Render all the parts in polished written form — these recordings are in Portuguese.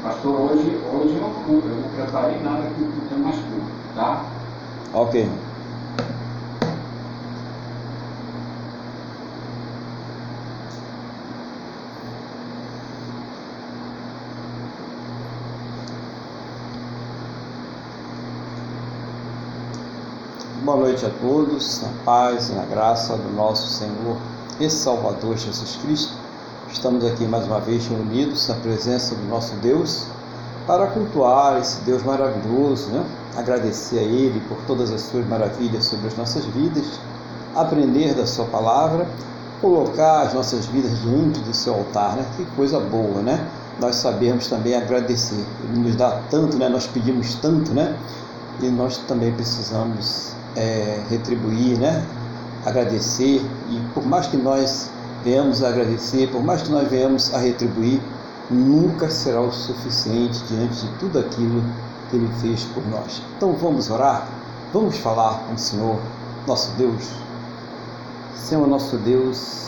Pastor, hoje eu não preparei nada que o tema mais curto, tá? Ok. Boa noite a todos, na paz e na graça do nosso Senhor e Salvador Jesus Cristo. Estamos aqui mais uma vez reunidos na presença do nosso Deus para cultuar esse Deus maravilhoso, né? Agradecer a Ele por todas as suas maravilhas sobre as nossas vidas, aprender da sua palavra, colocar as nossas vidas diante do seu altar, né? Que coisa boa, né? Nós sabemos também agradecer. Ele nos dá tanto, né? Nós pedimos tanto, né? E nós também precisamos retribuir, né? Agradecer, e por mais que nós venhamos a agradecer, por mais que nós venhamos a retribuir, nunca será o suficiente diante de tudo aquilo que Ele fez por nós. Então vamos orar, vamos falar com o Senhor, nosso Deus. Senhor, nosso Deus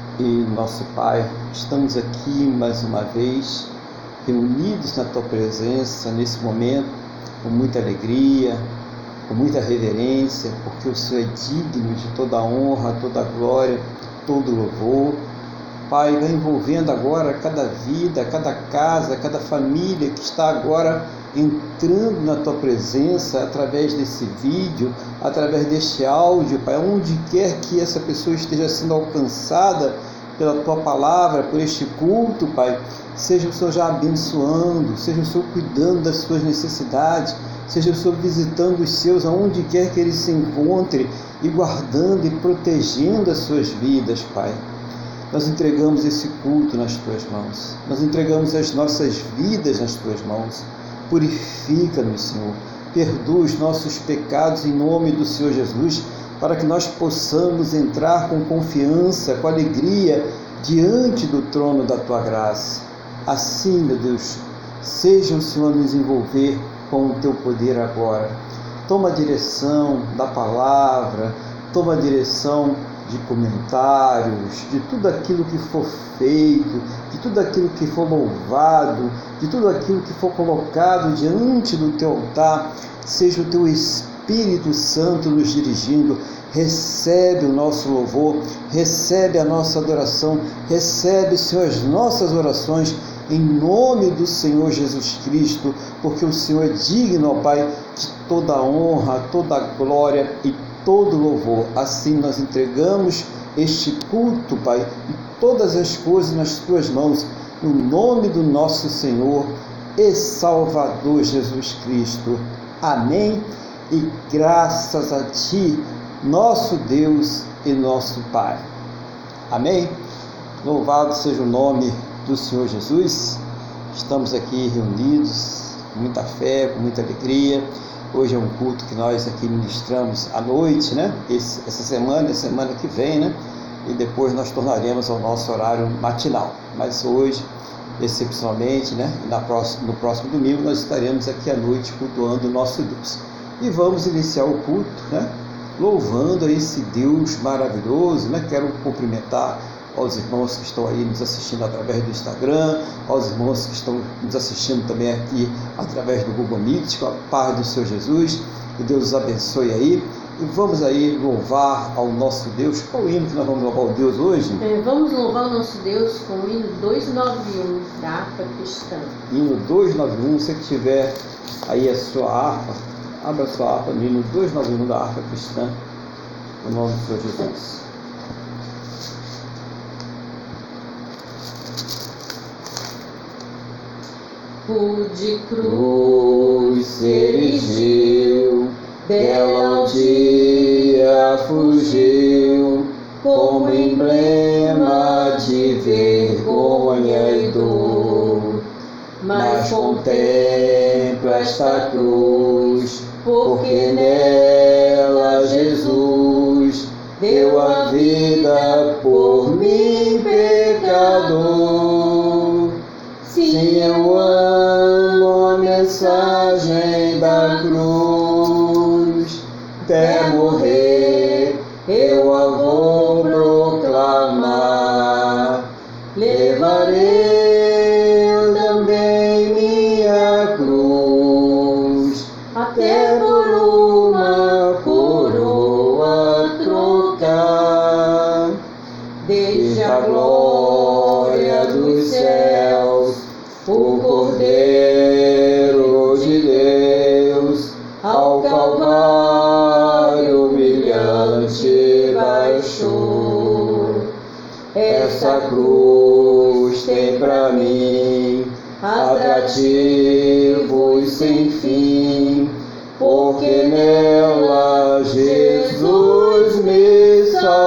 e nosso Pai, estamos aqui mais uma vez, reunidos na Tua presença, nesse momento, com muita alegria, com muita reverência, porque o Senhor é digno de toda a honra, toda a glória, todo o louvor. Pai, vai envolvendo agora cada vida, cada casa, cada família que está agora entrando na Tua presença através desse vídeo, através deste áudio, Pai, onde quer que essa pessoa esteja sendo alcançada pela Tua palavra, por este culto, Pai, seja o Senhor já abençoando, seja o Senhor cuidando das suas necessidades, seja o Senhor visitando os seus, aonde quer que eles se encontrem, e guardando e protegendo as suas vidas, Pai. Nós entregamos esse culto nas Tuas mãos, nós entregamos as nossas vidas nas Tuas mãos. Purifica-nos, Senhor, perdoa os nossos pecados em nome do Senhor Jesus, para que nós possamos entrar com confiança, com alegria, diante do trono da Tua graça. Assim, meu Deus, seja o Senhor nos envolver com o Teu poder agora. Toma a direção da palavra, toma a direção de comentários, de tudo aquilo que for feito, de tudo aquilo que for louvado, de tudo aquilo que for colocado diante do Teu altar. Seja o Teu Espírito Santo nos dirigindo. Recebe o nosso louvor, recebe a nossa adoração, recebe, Senhor, as nossas orações, em nome do Senhor Jesus Cristo, porque o Senhor é digno, ó Pai, de toda a honra, toda a glória e todo louvor. Assim nós entregamos este culto, Pai, e todas as coisas nas Tuas mãos, no nome do nosso Senhor e Salvador Jesus Cristo. Amém. E graças a Ti, nosso Deus e nosso Pai. Amém. Louvado seja o nome do Senhor Jesus. Estamos aqui reunidos com muita fé, com muita alegria. Hoje é um culto que nós aqui ministramos à noite, né? Essa semana, a semana que vem, né? E depois nós tornaremos ao nosso horário matinal. Mas hoje, excepcionalmente, né? No próximo domingo nós estaremos aqui à noite cultuando o nosso Deus. E vamos iniciar o culto, né? Louvando a esse Deus maravilhoso, né? Quero cumprimentar aos irmãos que estão aí nos assistindo através do Instagram, aos irmãos que estão nos assistindo também aqui através do Google Meet, com a paz do Senhor Jesus, que Deus os abençoe aí, e vamos aí louvar ao nosso Deus. Qual hino que nós vamos louvar ao Deus hoje? Vamos louvar o nosso Deus com o hino 291 da harpa cristã. Hino 291, você que tiver aí a sua harpa, abra a sua harpa no hino 291 da harpa cristã, no nome do Senhor Jesus. De cruz se erigiu, dela um dia fugiu, como emblema de vergonha e dor. Mas contempla esta cruz, porque nela Jesus deu a vida por mim, pecador. Sim, eu amo a mensagem da cruz, até morrer eu a vou proclamar. Levarei também atrativo e sem fim, porque nela Jesus me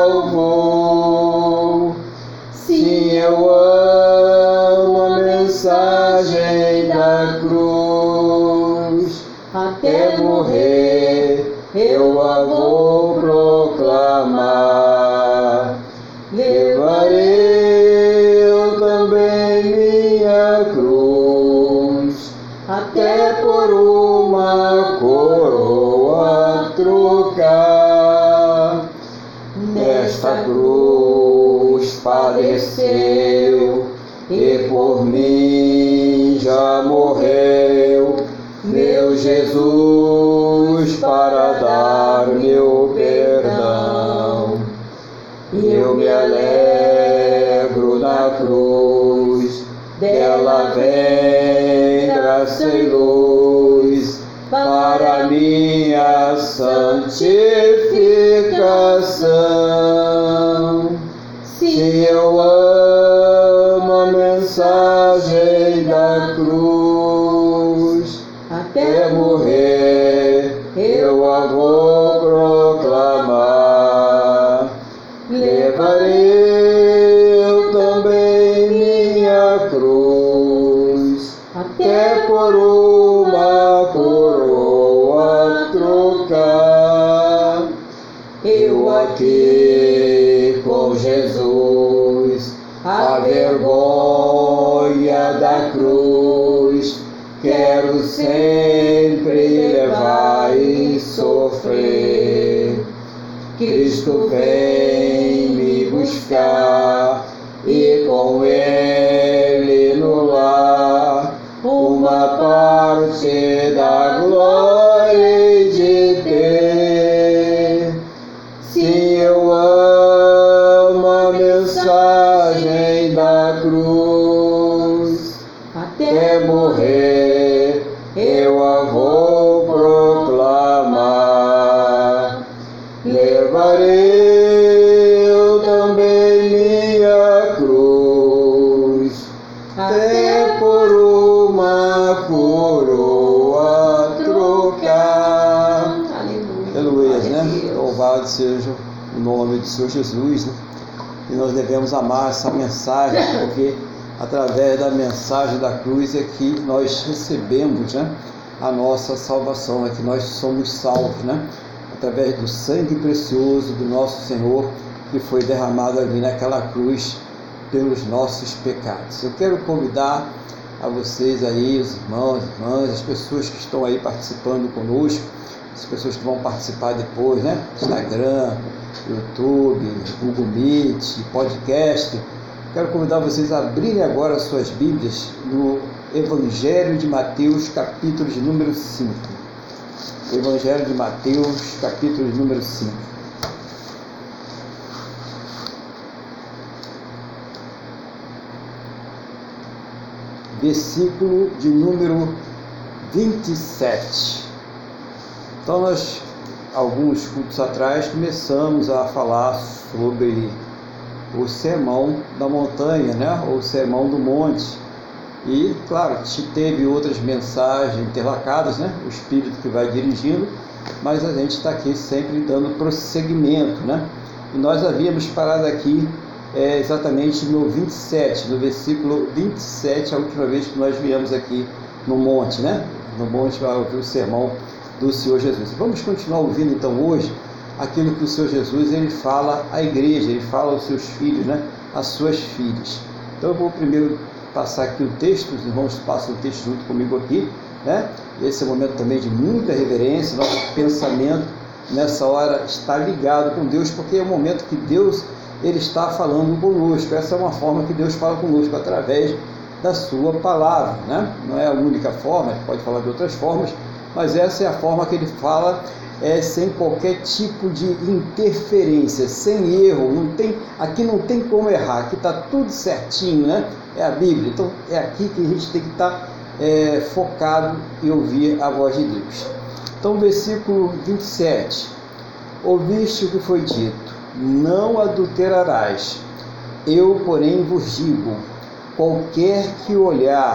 salvou. Sim, eu amo a mensagem da cruz, até morrer eu a vou proclamar. Levarei eu também minha cruz, até por uma coroa trocar. Nesta cruz padeceu e por mim já morreu meu Jesus para dar meu perdão. Eu me alegro na cruz, dela vem graça e luz para minha santificação. Se eu amo a mensagem da cruz, até morrer eu a vou proclamar. Levarei eu também minha cruz, até por uma coroa trocar. Eu aqui com Jesus, a vergonha da cruz, quero sempre levar e sofrer. Cristo vem me buscar e com Ele no lar uma parte da glória de ter. Sim, eu amo a mensagem da cruz, até morrer eu a vou proclamar. Levarei eu também minha cruz, até por uma coroa trocar. Aleluia, né? Louvado seja o nome do Senhor Jesus, né? E nós devemos amar essa mensagem, porque através da mensagem da cruz é que nós recebemos, né, a nossa salvação, é que nós somos salvos, né? Através do sangue precioso do nosso Senhor, que foi derramado ali naquela cruz pelos nossos pecados. Eu quero convidar a vocês aí, os irmãos, irmãs, as pessoas que estão aí participando conosco, as pessoas que vão participar depois, né? Instagram, YouTube, Google Meet, podcast. Quero convidar vocês a abrirem agora as suas Bíblias no Evangelho de Mateus, capítulo de número 5. Evangelho de Mateus, capítulo de número 5. Versículo de número 27. Então nós, alguns cultos atrás, começamos a falar sobre o sermão da montanha, né? Ou o sermão do monte. E, claro, teve outras mensagens interlacadas, né? O Espírito que vai dirigindo, mas a gente está aqui sempre dando prosseguimento, né? E nós havíamos parado aqui exatamente no 27, no versículo 27, a última vez que nós viemos aqui no monte, né? No monte para ouvir o sermão do Senhor Jesus. Vamos continuar ouvindo então hoje aquilo que o Senhor Jesus ele fala à igreja, ele fala aos seus filhos, né? Às suas filhas. Então eu vou primeiro passar aqui o texto, os irmãos passam o texto junto comigo aqui, né? Esse é um momento também de muita reverência, nosso pensamento nessa hora está ligado com Deus, porque é o momento que Deus ele está falando conosco. Essa é uma forma que Deus fala conosco, através da sua palavra, né? Não é a única forma, ele pode falar de outras formas, mas essa é a forma que ele fala, sem qualquer tipo de interferência, sem erro, aqui não tem como errar, aqui está tudo certinho, né? É a Bíblia, então é aqui que a gente tem que estar focado e ouvir a voz de Deus. Então, versículo 27, ouviste o que foi dito, não adulterarás, eu porém vos digo, qualquer que olhar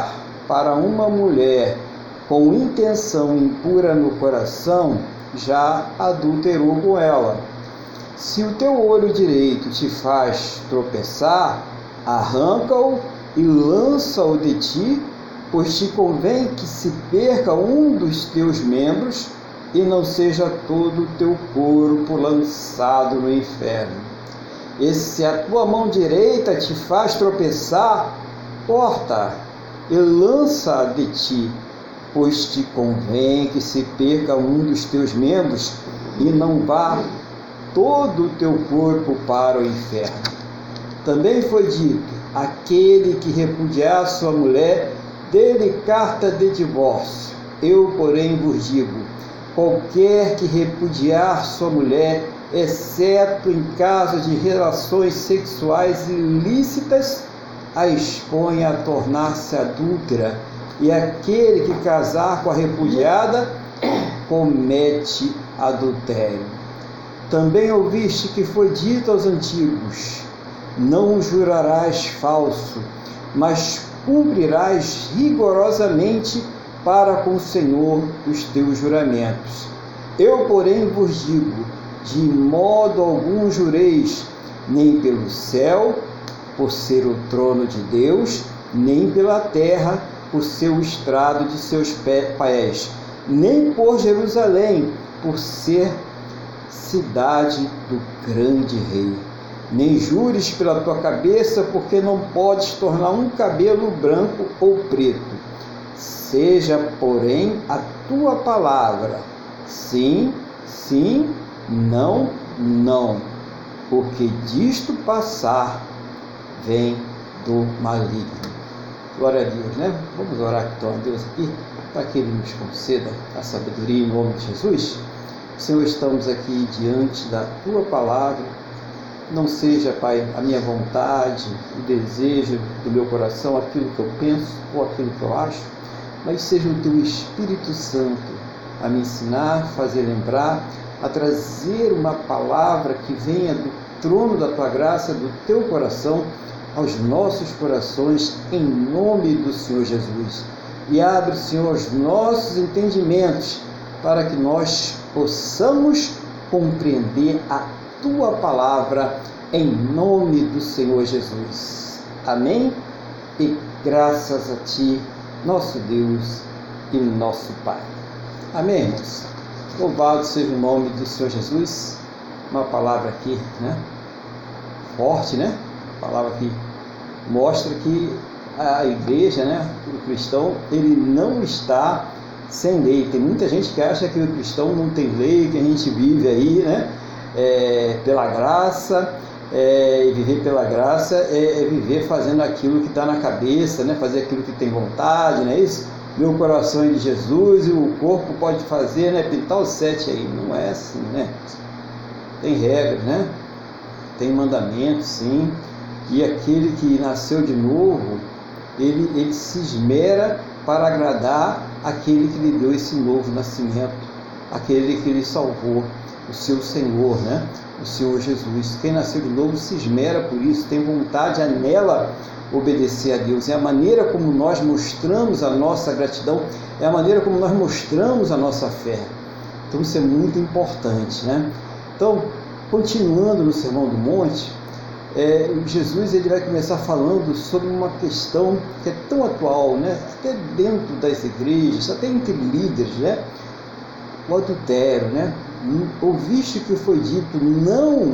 para uma mulher com intenção impura no coração, já adulterou com ela. Se o teu olho direito te faz tropeçar, arranca-o e lança-o de ti, pois te convém que se perca um dos teus membros e não seja todo o teu corpo lançado no inferno. E se a tua mão direita te faz tropeçar, corta e lança-a de ti, pois te convém que se perca um dos teus membros e não vá todo o teu corpo para o inferno. Também foi dito: aquele que repudiar sua mulher, dê-lhe carta de divórcio. Eu, porém, vos digo: qualquer que repudiar sua mulher, exceto em caso de relações sexuais ilícitas, a expõe a tornar-se adúltera, e aquele que casar com a repudiada comete adultério. Também ouviste que foi dito aos antigos: não jurarás falso, mas cumprirás rigorosamente para com o Senhor os teus juramentos. Eu, porém, vos digo: de modo algum jureis, nem pelo céu, por ser o trono de Deus, nem pela terra, por ser o estrado de seus pés, nem por Jerusalém, por ser cidade do grande rei. Nem jures pela tua cabeça, porque não podes tornar um cabelo branco ou preto. Seja, porém, a tua palavra sim, sim, não, não, porque disto passar vem do maligno. Glória a Deus, né? Vamos orar então a Deus aqui, para que Ele nos conceda a sabedoria em nome de Jesus. Senhor, estamos aqui diante da tua palavra. Não seja, Pai, a minha vontade, o desejo do meu coração, aquilo que eu penso ou aquilo que eu acho, mas seja o teu Espírito Santo a me ensinar, fazer lembrar, a trazer uma palavra que venha do trono da tua graça, do teu coração, aos nossos corações, em nome do Senhor Jesus. E abre, Senhor, os nossos entendimentos, para que nós possamos compreender a tua palavra, em nome do Senhor Jesus. Amém? E graças a ti, nosso Deus e nosso Pai. Amém, irmãos? Louvado seja o nome do Senhor Jesus. Uma palavra aqui, né? Forte, né? Uma palavra que mostra que a igreja, né? O cristão, ele não está sem lei. Tem muita gente que acha que o cristão não tem lei, que a gente vive aí, né? Pela graça, e viver pela graça é viver fazendo aquilo que está na cabeça, né? Fazer aquilo que tem vontade, não é isso? Meu coração é de Jesus e o corpo pode fazer, né? Pintar o 7 aí. Não é assim, né? Tem regras, né? Tem mandamentos, sim. E aquele que nasceu de novo, ele se esmera para agradar aquele que lhe deu esse novo nascimento, aquele que lhe salvou, o seu Senhor, né? O Senhor Jesus. Quem nasceu de novo se esmera por isso, tem vontade, anela obedecer a Deus. É a maneira como nós mostramos a nossa gratidão, é a maneira como nós mostramos a nossa fé. Então isso é muito importante, né? Então, continuando no Sermão do Monte, Jesus ele vai começar falando sobre uma questão que é tão atual, né? Até dentro das igrejas, até entre líderes, né? O adultério, né? Ouviste que foi dito: não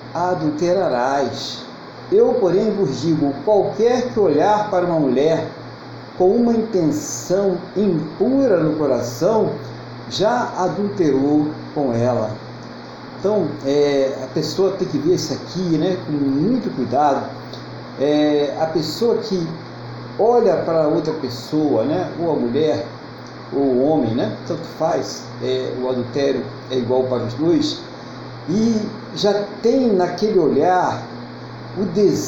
adulterarás. Eu, porém, vos digo: qualquer que olhar para uma mulher com uma intenção impura no coração, já adulterou com ela. Então, a pessoa tem que ver isso aqui, né, com muito cuidado. A pessoa que olha para outra pessoa, né, ou a mulher, ou o homem, né, tanto faz, o adultério é igual para os dois, e já tem naquele olhar o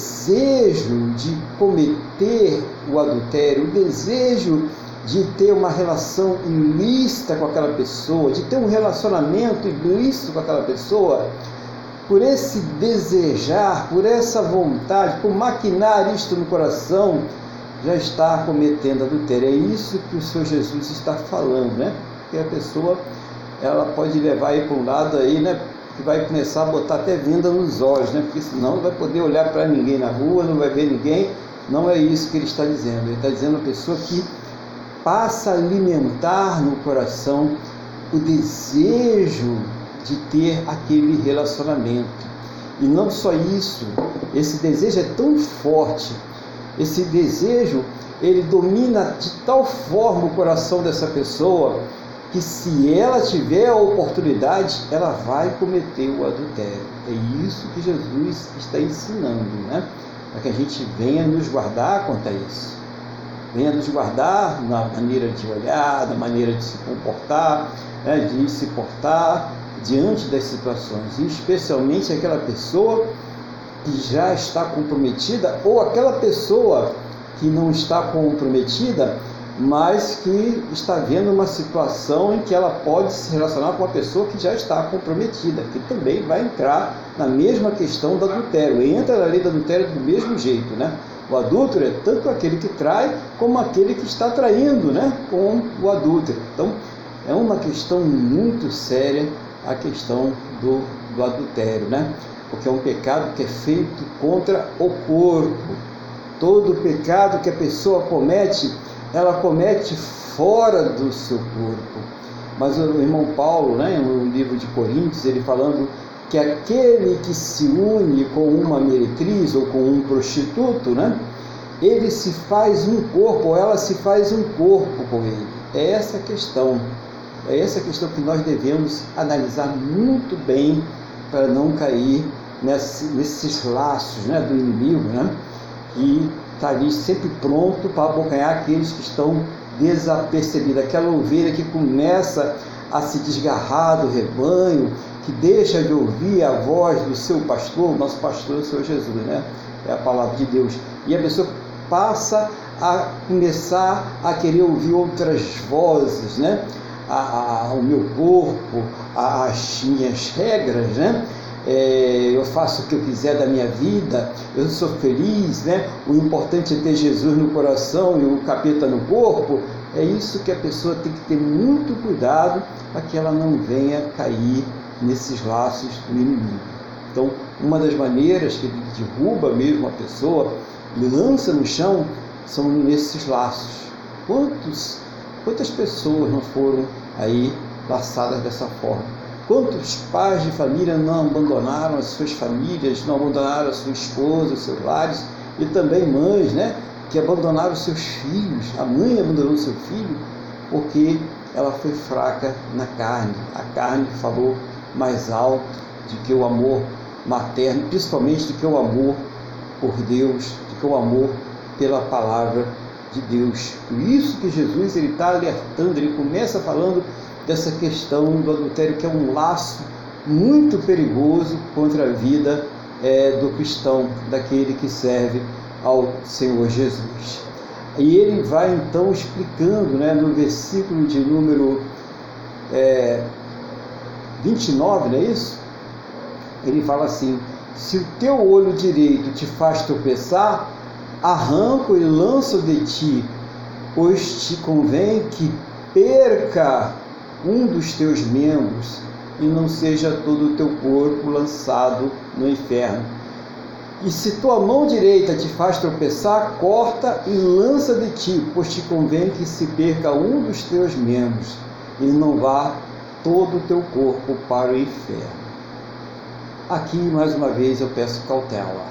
desejo de cometer o adultério, o desejo de ter uma relação ilícita com aquela pessoa, de ter um relacionamento ilícito com aquela pessoa, por esse desejar, por essa vontade, por maquinar isto no coração, já está cometendo adultério. É isso que o Senhor Jesus está falando, né? Porque a pessoa, ela pode levar aí para um lado aí, né? Que vai começar a botar até venda nos olhos, né? Porque senão não vai poder olhar para ninguém na rua, não vai ver ninguém. Não é isso que ele está dizendo. Ele está dizendo a pessoa que passa a alimentar no coração o desejo de ter aquele relacionamento. E não só isso, esse desejo é tão forte, esse desejo, ele domina de tal forma o coração dessa pessoa, que se ela tiver a oportunidade, ela vai cometer o adultério. É isso que Jesus está ensinando, né? Para que a gente venha nos guardar quanto a isso. Venha nos guardar na maneira de olhar, na maneira de se comportar, né? De se portar diante das situações, e especialmente aquela pessoa que já está comprometida, ou aquela pessoa que não está comprometida, mas que está vendo uma situação em que ela pode se relacionar com uma pessoa que já está comprometida, que também vai entrar na mesma questão do adultério, entra na lei do adultério do mesmo jeito, né? O adúltero é tanto aquele que trai, como aquele que está traindo, né? Com o adúltero. Então, é uma questão muito séria a questão do adultério, né? Porque é um pecado que é feito contra o corpo. Todo pecado que a pessoa comete, ela comete fora do seu corpo. Mas o irmão Paulo, né, no livro de Coríntios, ele falando que aquele que se une com uma meretriz ou com um prostituto, né, ele se faz um corpo, ou ela se faz um corpo com ele. É essa a questão. É essa questão que nós devemos analisar muito bem para não cair nesses laços, né, do inimigo, né, que está ali sempre pronto para abocanhar aqueles que estão desapercebidos. Aquela ovelha que começa a se desgarrar do rebanho, que deixa de ouvir a voz do seu pastor, nosso pastor é o Senhor Jesus, né? É a palavra de Deus. E a pessoa passa a começar a querer ouvir outras vozes, né? O meu corpo, as minhas regras, né? Eu faço o que eu quiser da minha vida, eu sou feliz, né? O importante é ter Jesus no coração e o capeta no corpo. É isso que a pessoa tem que ter muito cuidado para que ela não venha cair nesses laços do inimigo. Então, uma das maneiras que ele derruba mesmo a pessoa e lança no chão são nesses laços. Quantas pessoas não foram aí laçadas dessa forma? Quantos pais de família não abandonaram as suas famílias, não abandonaram a sua esposa, os seus lares, e também mães, né, que abandonaram os seus filhos. A mãe abandonou o seu filho porque ela foi fraca na carne. A carne falou mais alto do que o amor materno, principalmente do que o amor por Deus, do que o amor pela palavra de Deus. Por isso que Jesus está alertando, ele começa falando dessa questão do adultério, que é um laço muito perigoso contra a vida do cristão, daquele que serve ao Senhor Jesus. E ele vai então explicando, né, no versículo de número 29, não é isso? Ele fala assim: se o teu olho direito te faz tropeçar, arranca e lança de ti, pois te convém que perca um dos teus membros e não seja todo o teu corpo lançado no inferno. E se tua mão direita te faz tropeçar, corta e lança de ti, pois te convém que se perca um dos teus membros e não vá todo o teu corpo para o inferno. Aqui, mais uma vez, eu peço cautela.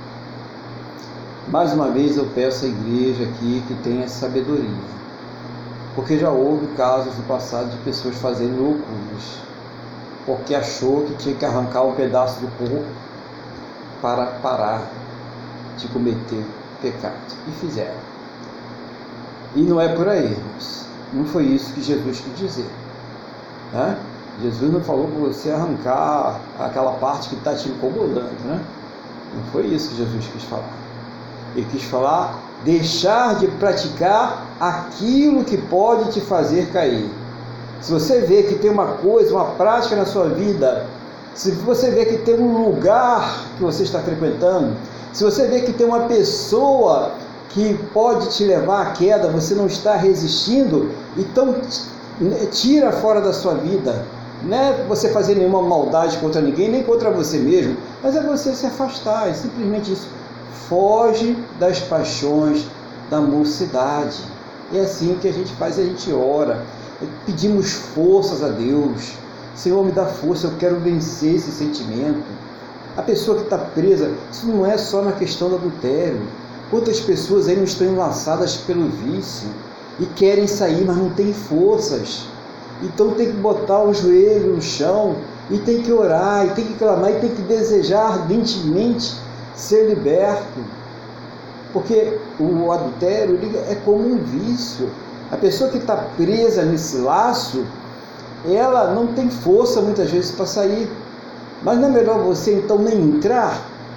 Mais uma vez, eu peço à igreja aqui que tenha sabedoria. Porque já houve casos no passado de pessoas fazendo loucuras, porque achou que tinha que arrancar um pedaço do corpo para parar de cometer pecado. E fizeram. E não é por aí, irmãos. Não foi isso que Jesus quis dizer, né? Jesus não falou para você arrancar aquela parte que está te incomodando, né? Não foi isso que Jesus quis falar. Ele quis falar: deixar de praticar aquilo que pode te fazer cair. Se você vê que tem uma coisa, uma prática na sua vida, se você vê que tem um lugar que você está frequentando, se você vê que tem uma pessoa que pode te levar à queda, você não está resistindo, então tira fora da sua vida. Não é você fazer nenhuma maldade contra ninguém, nem contra você mesmo, mas é você se afastar, é simplesmente isso. Foge das paixões da mocidade. É assim que a gente faz, a gente ora, pedimos forças a Deus. Senhor, me dá força, eu quero vencer esse sentimento. A pessoa que está presa, isso não é só na questão do adultério. Quantas pessoas aí não estão enlaçadas pelo vício e querem sair, mas não têm forças. Então tem que botar o joelho no chão e tem que orar, e tem que clamar, e tem que desejar ardentemente ser liberto. Porque o adultério é como um vício. A pessoa que está presa nesse laço, ela não tem força muitas vezes para sair. Mas não é melhor você então nem entrar?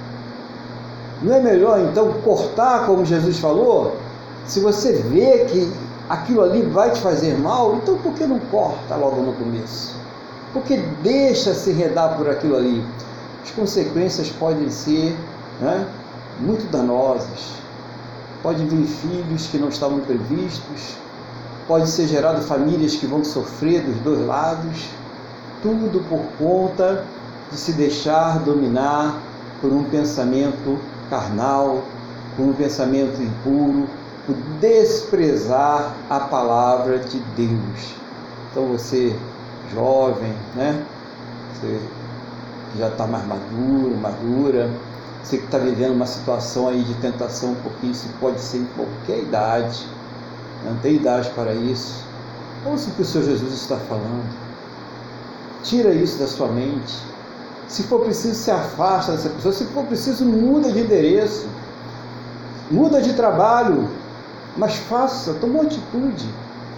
Não é melhor então cortar, como Jesus falou? Se você vê que aquilo ali vai te fazer mal, então por que não corta logo no começo? Porque deixa se enredar por aquilo ali. As consequências podem ser, né, muito danosas. Podem vir filhos que não estavam previstos, pode ser gerado famílias que vão sofrer dos dois lados, tudo por conta de se deixar dominar por um pensamento carnal, por um pensamento impuro, por desprezar a palavra de Deus. Então você, jovem, né? Você que já está mais maduro, madura, você que está vivendo uma situação aí de tentação, porque isso pode ser em qualquer idade, não tem idade para isso. Ouça o que o Senhor Jesus está falando. Tira isso da sua mente. Se for preciso, se afasta dessa pessoa. Se for preciso, muda de endereço, muda de trabalho, mas faça, toma uma atitude.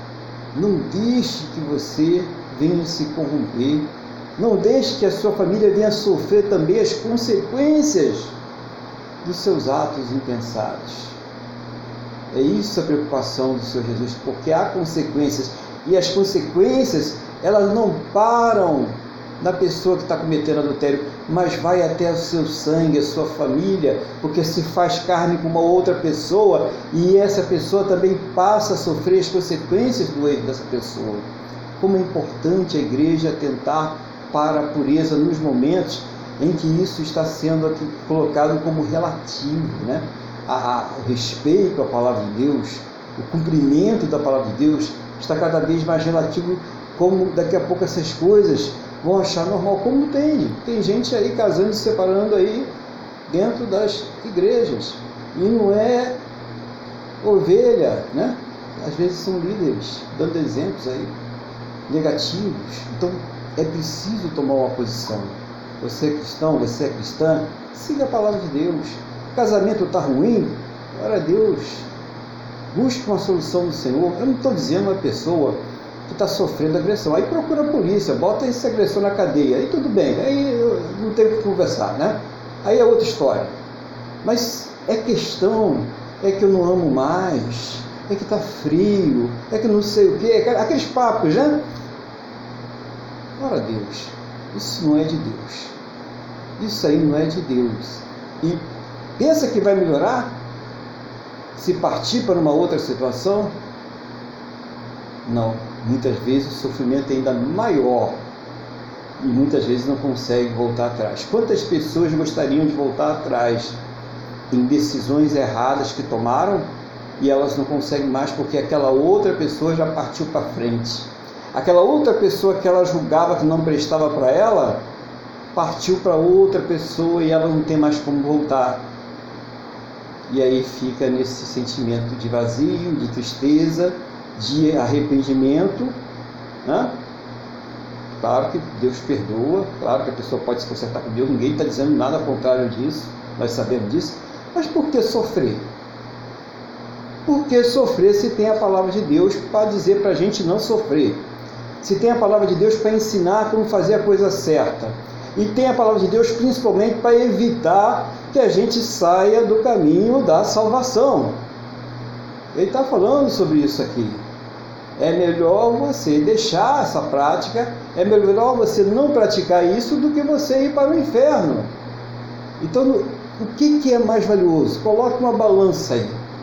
Não deixe que você venha se corromper. Não deixe que a sua família venha sofrer também as consequências dos seus atos impensados. É isso a preocupação do Senhor Jesus, porque há consequências, e as consequências, elas não param na pessoa que está cometendo adultério, mas vai até o seu sangue, a sua família, porque se faz carne com uma outra pessoa, e essa pessoa também passa a sofrer as consequências do erro dessa pessoa. Como é importante a igreja atentar para a pureza nos momentos em que isso está sendo aqui colocado como relativo, né? O respeito à palavra de Deus, o cumprimento da palavra de Deus está cada vez mais relativo, como daqui a pouco essas coisas vão achar normal, como tem gente aí casando e se separando aí dentro das igrejas, e não é ovelha, né? Às vezes são líderes, dando exemplos aí negativos. Então é preciso tomar uma posição. Você é cristão, você é cristã, siga a palavra de Deus. O casamento está ruim, glória a Deus, busque uma solução do Senhor. Eu não estou dizendo uma pessoa que está sofrendo agressão, aí procura a polícia, bota esse agressor na cadeia, aí tudo bem, aí eu não tenho o que conversar, né? Aí é outra história. Mas é questão, é que eu não amo mais, é que está frio, é que não sei o quê, aqueles papos, né? Glória a Deus, isso não é de Deus, isso aí não é de Deus. E pensa que vai melhorar se partir para uma outra situação? Não, muitas vezes o sofrimento é ainda maior e muitas vezes não consegue voltar atrás. Quantas pessoas gostariam de voltar atrás em decisões erradas que tomaram e elas não conseguem mais porque aquela outra pessoa já partiu para frente? Aquela outra pessoa que ela julgava que não prestava para ela, partiu para outra pessoa e ela não tem mais como voltar. E aí fica nesse sentimento de vazio, de tristeza, de arrependimento, né? Claro que Deus perdoa, claro que a pessoa pode se consertar com Deus, ninguém está dizendo nada ao contrário disso, nós sabemos disso, mas por que sofrer? Por que sofrer se tem a palavra de Deus para dizer para a gente não sofrer? Se tem a palavra de Deus para ensinar como fazer a coisa certa, e tem a palavra de Deus principalmente para evitar que a gente saia do caminho da salvação. Ele está falando sobre isso aqui. É melhor você deixar essa prática, é melhor você não praticar isso do que você ir para o inferno. Então, o que é mais valioso? Coloque uma balança aí.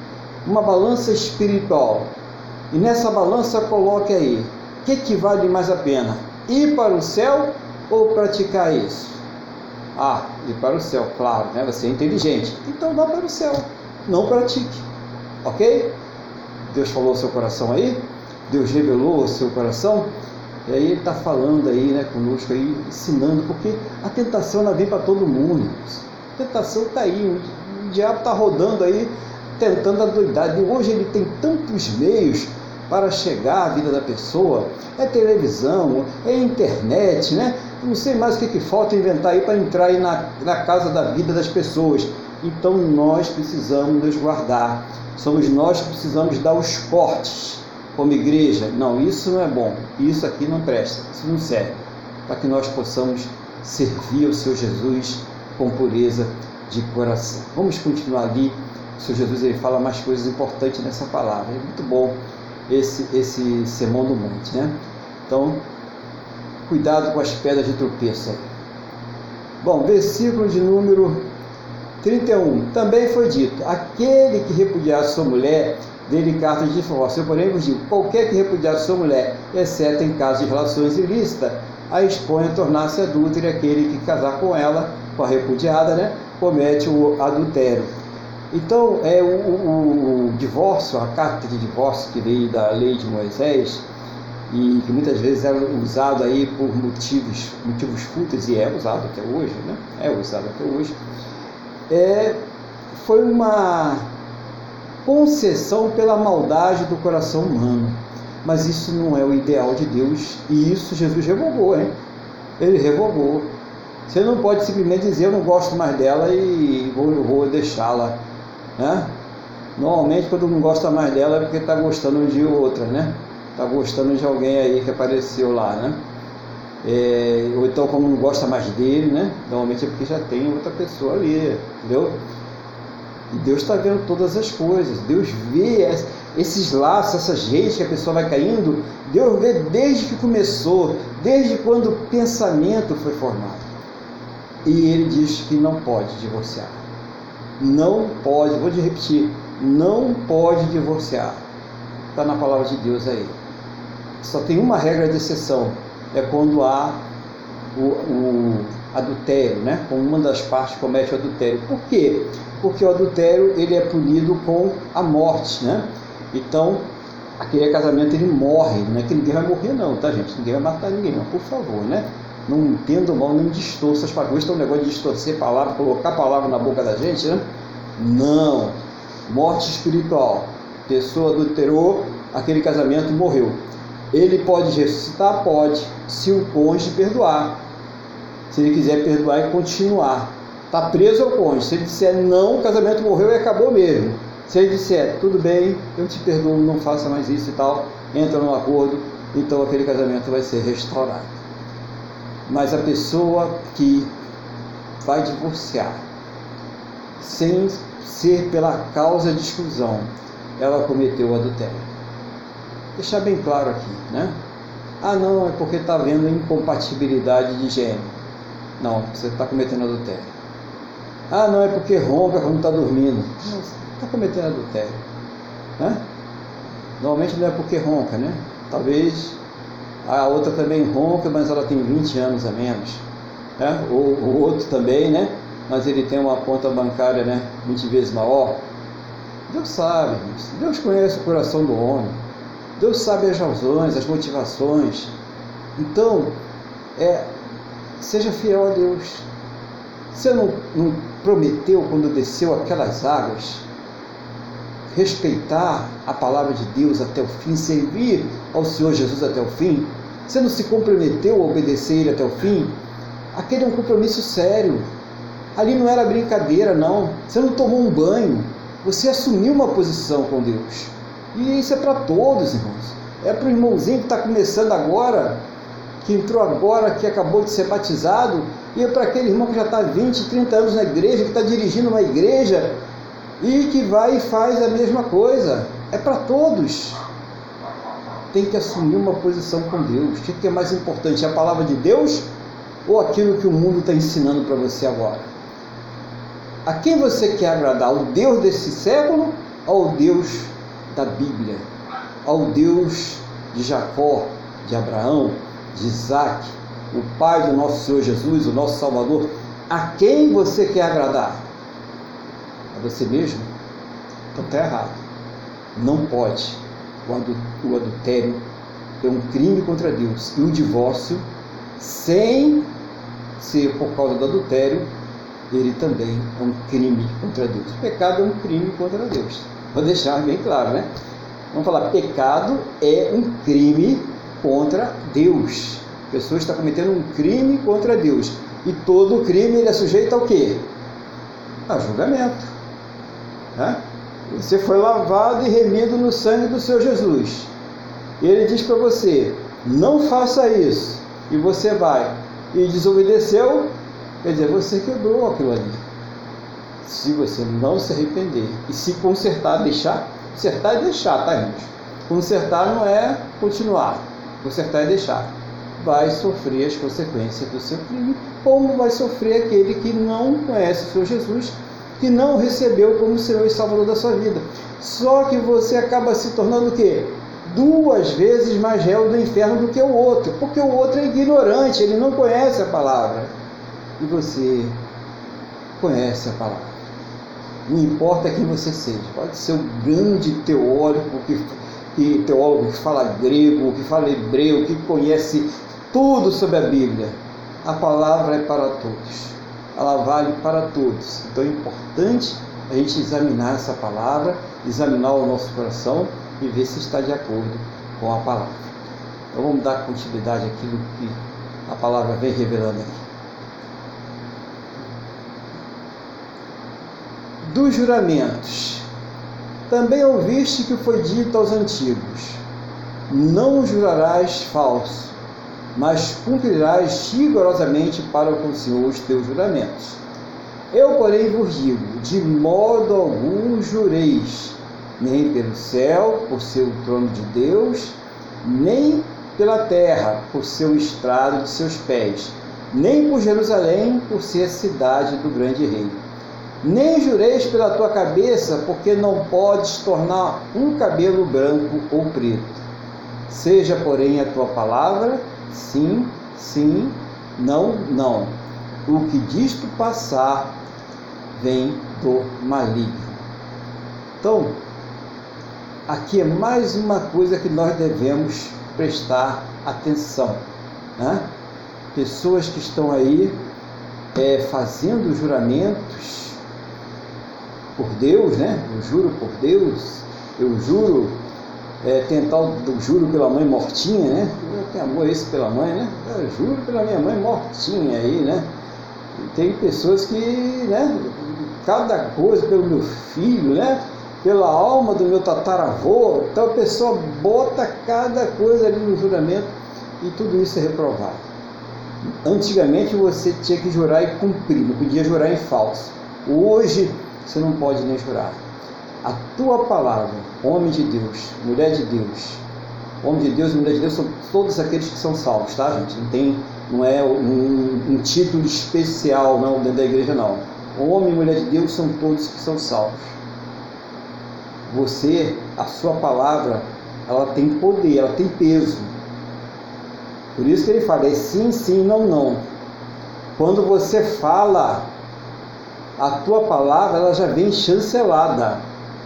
uma balança espiritual. E nessa balança coloque aí, o que vale mais a pena? Ir para o céu ou praticar isso? Ir para o céu, claro, né? Você é inteligente, então vá para o céu, não pratique, ok? Deus falou ao seu coração aí, Deus revelou ao seu coração, e aí Ele está falando aí, né, conosco aí, ensinando, porque a tentação ela vem para todo mundo, a tentação está aí, o diabo está rodando aí, tentando adoidar, e hoje ele tem tantos meios para chegar à vida da pessoa, é televisão, é internet, né? Não sei mais o que falta inventar aí para entrar aí na casa da vida das pessoas. Então nós precisamos nos guardar, somos nós que precisamos dar os cortes como igreja. Não, isso não é bom, isso aqui não presta, isso não serve, para que nós possamos servir ao Senhor Jesus com pureza de coração. Vamos continuar ali. O Senhor Jesus ele fala mais coisas importantes nessa palavra, é muito bom esse sermão do monte, né? Então, cuidado com as pedras de tropeço. Bom, versículo de número 31. Também foi dito: aquele que repudiar sua mulher, dê-lhe carta de divórcio. Eu, porém, vos digo: qualquer que repudiar sua mulher, exceto em caso de relações ilícitas, a expõe a tornar-se adúltera, e aquele que casar com ela, com a repudiada, né, comete o adultério. Então, o divórcio, a carta de divórcio que veio da lei de Moisés, e que muitas vezes era usado aí por motivos fúteis, e é usado até hoje, né? É usado até hoje. Foi uma concessão pela maldade do coração humano, mas isso não é o ideal de Deus, e isso Jesus revogou, hein? Ele revogou. Você não pode simplesmente dizer: eu não gosto mais dela e vou deixá-la, né? Normalmente, quando não gosta mais dela é porque está gostando de outra, né? Está gostando de alguém aí que apareceu lá, né? Ou então, como não gosta mais dele, né? Normalmente é porque já tem outra pessoa ali, entendeu? E Deus está vendo todas as coisas. Deus vê esses laços, essas redes que a pessoa vai caindo. Deus vê desde que começou, desde quando o pensamento foi formado. E Ele diz que não pode divorciar. Não pode, vou te repetir, não pode divorciar. Está na palavra de Deus aí. Só tem uma regra de exceção, é quando há o adultério, né? Quando uma das partes comete o adultério. Por quê? Porque o adultério ele é punido com a morte, né? Então, aquele casamento ele morre, não é que ninguém vai morrer não, tá, gente? Ninguém vai matar ninguém, não, por favor, né? Não entendam mal, nem distorçam as palavras. Tem um negócio de distorcer palavra, colocar palavra na boca da gente, né? Não. Morte espiritual. Pessoa adulterou, aquele casamento morreu. Ele pode ressuscitar? Pode, se o cônjuge perdoar. Se ele quiser perdoar e continuar. Está preso ao cônjuge. Se ele disser não, o casamento morreu e acabou mesmo. Se ele disser, tudo bem, eu te perdoo, não faça mais isso e tal, entra num acordo, então aquele casamento vai ser restaurado. Mas a pessoa que vai divorciar, sem ser pela causa de exclusão, ela cometeu o adultério. Deixar bem claro aqui, né? Não, é porque está havendo incompatibilidade de gênero. Não, você está cometendo adultério. Não, é porque ronca quando está dormindo. Não, você está cometendo adultério, né? Normalmente não é porque ronca, né? Talvez a outra também ronca, mas ela tem 20 anos a menos, né? Ou o outro também, né? Mas ele tem uma conta bancária, né, 20 vezes maior. Deus sabe, Deus conhece o coração do homem, Deus sabe as razões, as motivações. Então, seja fiel a Deus. Você não prometeu quando desceu aquelas águas respeitar a palavra de Deus até o fim, servir ao Senhor Jesus até o fim? Você não se comprometeu a obedecer Ele até o fim? Aquele é um compromisso sério. Ali não era brincadeira, não. Você não tomou um banho, você assumiu uma posição com Deus. E isso é para todos, irmãos. É para o irmãozinho que está começando agora, que entrou agora, que acabou de ser batizado, e é para aquele irmão que já está 20, 30 anos na igreja, que está dirigindo uma igreja, e que vai e faz a mesma coisa. É para todos. Tem que assumir uma posição com Deus. O que é mais importante, a palavra de Deus ou aquilo que o mundo está ensinando para você agora? A quem você quer agradar? O Deus desse século ao Deus da Bíblia, ao Deus de Jacó, de Abraão, de Isaac, o Pai do nosso Senhor Jesus, o nosso Salvador. A quem você quer agradar? A você mesmo? Então está errado. Não pode. O adultério é um crime contra Deus. E o divórcio, sem ser por causa do adultério, ele também é um crime contra Deus. O pecado é um crime contra Deus. Vou deixar bem claro, né? Vamos falar, pecado é um crime contra Deus. A pessoa está cometendo um crime contra Deus. E todo crime ele é sujeito ao quê? A julgamento. Né? Você foi lavado e remido no sangue do Senhor Jesus. Ele diz para você, não faça isso. E você vai e desobedeceu, quer dizer, você quebrou aquilo ali. Se você não se arrepender e se consertar, consertar é deixar, tá, gente? Consertar não é continuar, consertar é deixar. Vai sofrer as consequências do seu crime, como vai sofrer aquele que não conhece o Senhor Jesus, que não recebeu como Senhor e Salvador da sua vida. Só que você acaba se tornando o quê? 2 vezes mais réu do inferno do que o outro, porque o outro é ignorante, ele não conhece a palavra. E você conhece a palavra. Não importa quem você seja, pode ser um grande teólogo que fala grego, que fala hebreu, que conhece tudo sobre a Bíblia. A palavra é para todos, ela vale para todos. Então é importante a gente examinar essa palavra, examinar o nosso coração e ver se está de acordo com a palavra. Então vamos dar continuidade àquilo que a palavra vem revelando aqui. Dos juramentos, também ouviste que foi dito aos antigos, não jurarás falso, mas cumprirás rigorosamente para com o Senhor os teus juramentos. Eu, porém, vos digo, de modo algum jureis, nem pelo céu, por ser o trono de Deus, nem pela terra, por ser o estrado de seus pés, nem por Jerusalém, por ser a cidade do grande rei. Nem jureis pela tua cabeça, porque não podes tornar um cabelo branco ou preto. Seja, porém, a tua palavra, sim, sim, não, não. O que disto passar vem do maligno. Então, aqui é mais uma coisa que nós devemos prestar atenção, né? Pessoas que estão aí fazendo juramentos por Deus, né? Eu juro por Deus, eu juro, eu juro pela mãe mortinha, né? Eu tenho amor esse pela mãe, né? Eu juro pela minha mãe mortinha aí, né? E tem pessoas que, né? Cada coisa pelo meu filho, né? Pela alma do meu tataravô. Então a pessoa bota cada coisa ali no juramento e tudo isso é reprovado. Antigamente você tinha que jurar e cumprir, não podia jurar em falso. Hoje você não pode nem jurar. A tua palavra, homem de Deus, mulher de Deus, homem de Deus e mulher de Deus são todos aqueles que são salvos, tá, gente? Não é um título especial não, dentro da igreja, não. Homem e mulher de Deus são todos que são salvos. Você, a sua palavra, ela tem poder, ela tem peso. Por isso que ele fala, é sim, sim, não, não. Quando você fala, a tua palavra, ela já vem chancelada.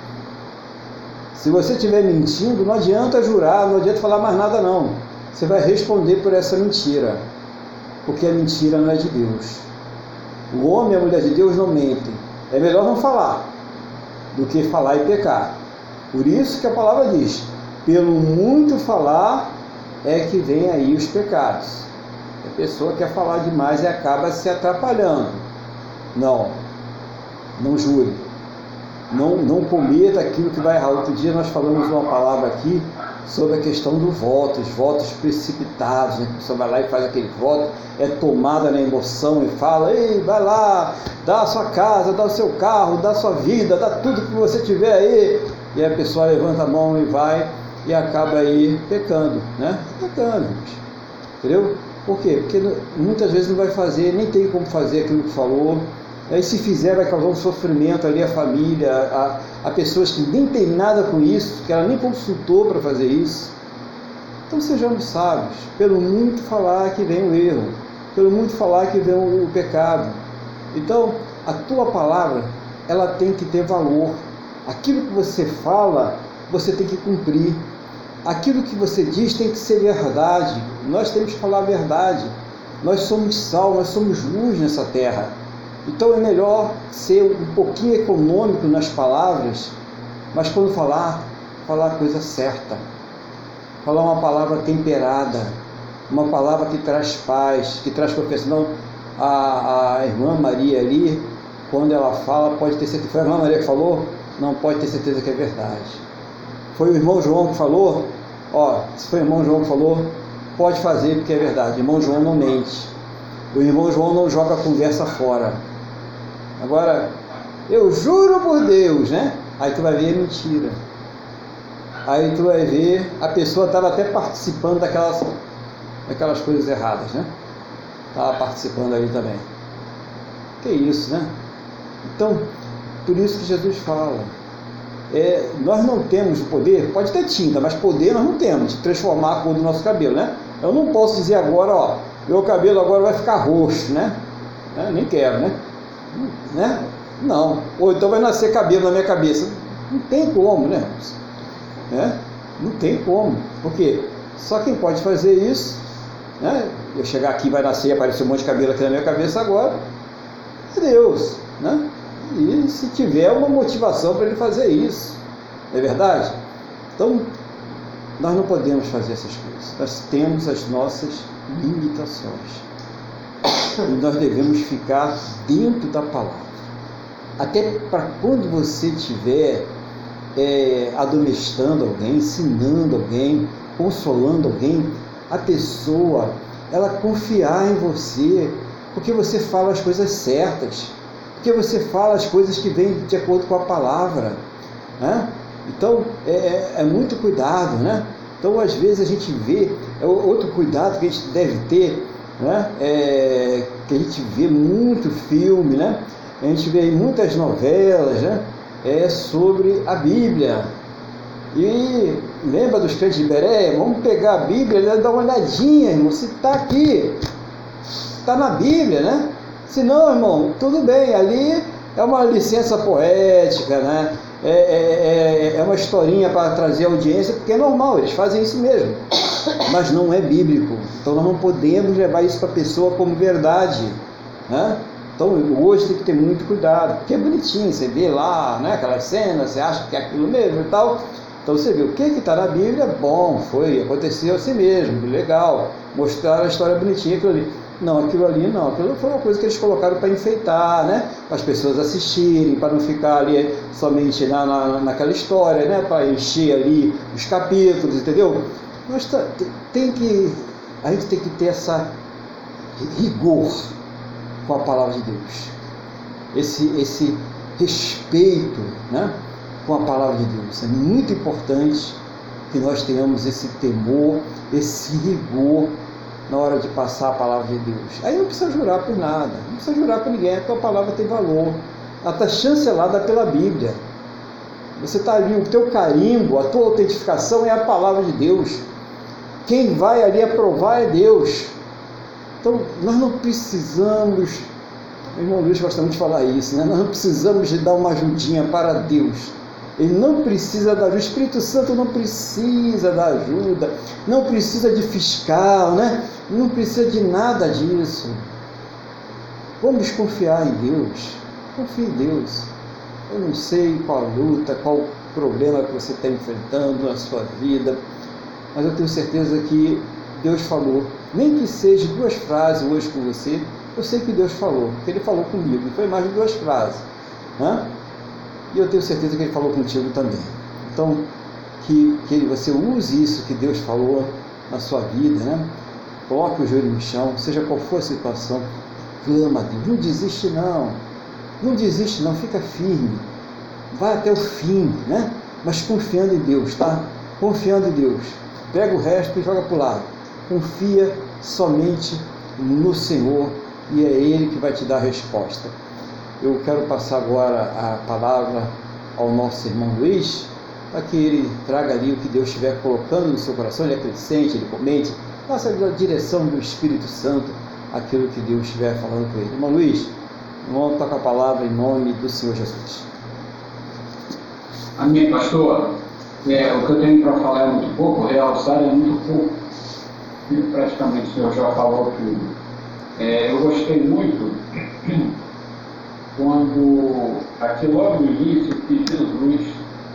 Se você estiver mentindo, não adianta jurar, não adianta falar mais nada, não. Você vai responder por essa mentira, porque a mentira não é de Deus. O homem e a mulher de Deus não mentem. É melhor não falar do que falar e pecar. Por isso que a palavra diz, pelo muito falar é que vem aí os pecados. A pessoa quer falar demais e acaba se atrapalhando. Não jure. Não cometa aquilo que vai errar. Outro dia nós falamos uma palavra aqui sobre a questão do voto, os votos precipitados, né? A pessoa vai lá e faz aquele voto, é tomada na emoção e fala, ei, vai lá, dá a sua casa, dá o seu carro, dá a sua vida, dá tudo que você tiver aí, e a pessoa levanta a mão e vai e acaba aí pecando, né? Pecando, entendeu? Por quê? Porque muitas vezes não vai fazer, nem tem como fazer aquilo que falou, Aí se fizer, vai causar um sofrimento ali à família, a pessoas que nem tem nada com isso, que ela nem consultou para fazer isso. Então sejamos sábios, pelo muito falar que vem o erro, pelo muito falar que vem o pecado. Então, a tua palavra, ela tem que ter valor. Aquilo que você fala, você tem que cumprir. Aquilo que você diz tem que ser verdade. Nós temos que falar a verdade. Nós somos sal, nós somos luz nessa terra. Então é melhor ser um pouquinho econômico nas palavras, mas quando falar a coisa certa. Falar uma palavra temperada, uma palavra que traz paz, que traz confiança. A irmã Maria ali, quando ela fala, pode ter certeza. Foi a irmã Maria que falou? Não, pode ter certeza que é verdade. Foi o irmão João que falou? Se foi o irmão João que falou, pode fazer porque é verdade. O irmão João não mente. O irmão João não joga a conversa fora. Agora, eu juro por Deus, né? Aí tu vai ver mentira. Aí tu vai ver, a pessoa estava até participando daquelas coisas erradas, né? Estava participando ali também. Que isso, né? Então, por isso que Jesus fala, nós não temos o poder, pode ter tinta, mas poder nós não temos, de transformar a cor do nosso cabelo, né? Eu não posso dizer agora, meu cabelo agora vai ficar roxo, né? Nem quero, né? Não. Ou então vai nascer cabelo na minha cabeça. Não tem como, né? Não tem como. Por quê? Só quem pode fazer isso, né? Eu chegar aqui, vai nascer e aparecer um monte de cabelo aqui na minha cabeça agora, é Deus, né? E se tiver uma motivação para ele fazer isso, não é verdade? Então, nós não podemos fazer essas coisas. Nós temos as nossas limitações. E nós devemos ficar dentro da palavra. Até para quando você estiver admoestando alguém, ensinando alguém, consolando alguém, a pessoa, ela confiar em você, porque você fala as coisas certas, porque você fala as coisas que vêm de acordo com a palavra, né? Então, é muito cuidado, né? Então, às vezes a gente vê, outro cuidado que a gente deve ter, né? Que a gente vê muito filme, né? A gente vê muitas novelas, né? Sobre a Bíblia. E lembra dos crentes de Bereia? Vamos pegar a Bíblia e dar uma olhadinha, irmão, se está aqui, está na Bíblia, né? Se não, irmão, tudo bem, ali é uma licença poética, né? É uma historinha para trazer audiência, porque é normal, eles fazem isso mesmo, mas não é bíblico. Então nós não podemos levar isso para a pessoa como verdade, né? Então hoje tem que ter muito cuidado, porque é bonitinho, você vê lá, né, aquelas cenas, você acha que é aquilo mesmo e tal. Então você vê o que está na Bíblia, bom, aconteceu assim mesmo, legal, mostrar a história bonitinha, aquilo ali. Não, aquilo ali não, aquilo foi uma coisa que eles colocaram para enfeitar, né? Para as pessoas assistirem, para não ficar ali somente naquela história, né? Para encher ali os capítulos, entendeu? Mas a gente tem que ter essa rigor com a palavra de Deus, esse respeito, né? Com a palavra de Deus. É muito importante que nós tenhamos esse temor, esse rigor na hora de passar a palavra de Deus. Aí não precisa jurar por nada, não precisa jurar por ninguém, a tua palavra tem valor, ela está chancelada pela Bíblia. Você está ali, o teu carimbo, a tua autentificação é a palavra de Deus. Quem vai ali aprovar é Deus. Então nós não precisamos, o irmão Luiz gosta muito de falar isso, né? Nós não precisamos de dar uma ajudinha para Deus. Ele não precisa da ajuda, o Espírito Santo não precisa da ajuda, não precisa de fiscal, né? Não precisa de nada disso. Vamos confiar em Deus, confie em Deus. Eu não sei qual luta, qual problema que você está enfrentando na sua vida, mas eu tenho certeza que Deus falou, nem que seja 2 frases hoje com você, eu sei que Deus falou, porque Ele falou comigo, foi mais de 2 frases, né? E eu tenho certeza que Ele falou contigo também. Então, que você use isso que Deus falou na sua vida, né? Coloque o joelho no chão, seja qual for a situação, clama a Deus, não desiste não, fica firme, vai até o fim, né? Mas confiando em Deus, tá? Confiando em Deus, pega o resto e joga para o lado, confia somente no Senhor, e é Ele que vai te dar a resposta. Eu quero passar agora a palavra ao nosso irmão Luiz, para que ele traga ali o que Deus estiver colocando no seu coração, ele acrescente, ele comente, faça a direção do Espírito Santo, aquilo que Deus estiver falando com ele. Irmão Luiz, vamos tocar a palavra em nome do Senhor Jesus. Amém, pastor. O que eu tenho para falar é muito pouco, realçar é muito pouco. E praticamente o senhor já falou tudo. Eu gostei muito quando, aqui logo no início, que Jesus,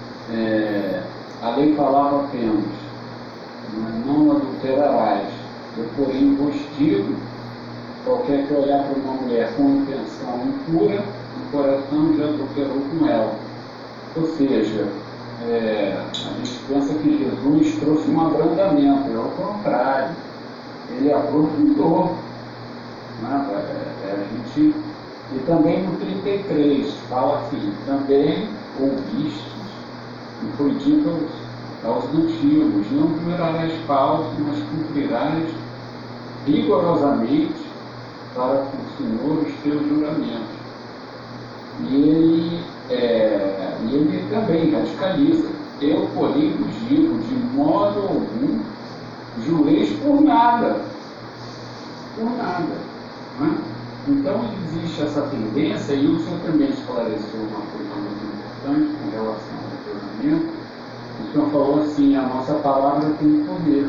a lei falava apenas, não adulterarás. Eu, porém, vos digo, qualquer que olhar para uma mulher com intenção impura, o coração já adulterou com ela. Ou seja, a gente pensa que Jesus trouxe um abrandamento, é o contrário, ele aprofundou. E também no 33 fala assim, também ouvistes, e foi dito aos antigos, não jurarás falso, mas cumprirás rigorosamente para com o Senhor os teus juramentos. E ele também radicaliza. Eu, porém, vos digo, de modo algum, jureis por nada. Por nada. Não é? Então, existe essa tendência, e o senhor também esclareceu uma coisa muito importante com relação ao juramento. O senhor falou assim, a nossa palavra tem poder.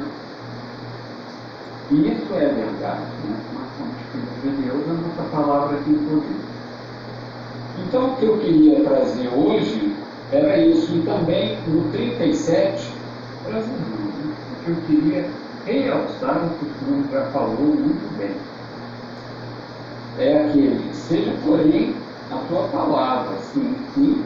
E isso é verdade, né? Nós somos filhos de Deus, a nossa palavra tem poder. Então, o que eu queria trazer hoje era isso, e também no 37, o que eu queria realçar, o que o senhor já falou muito bem, é aquele, seja porém a tua palavra, sim, sim,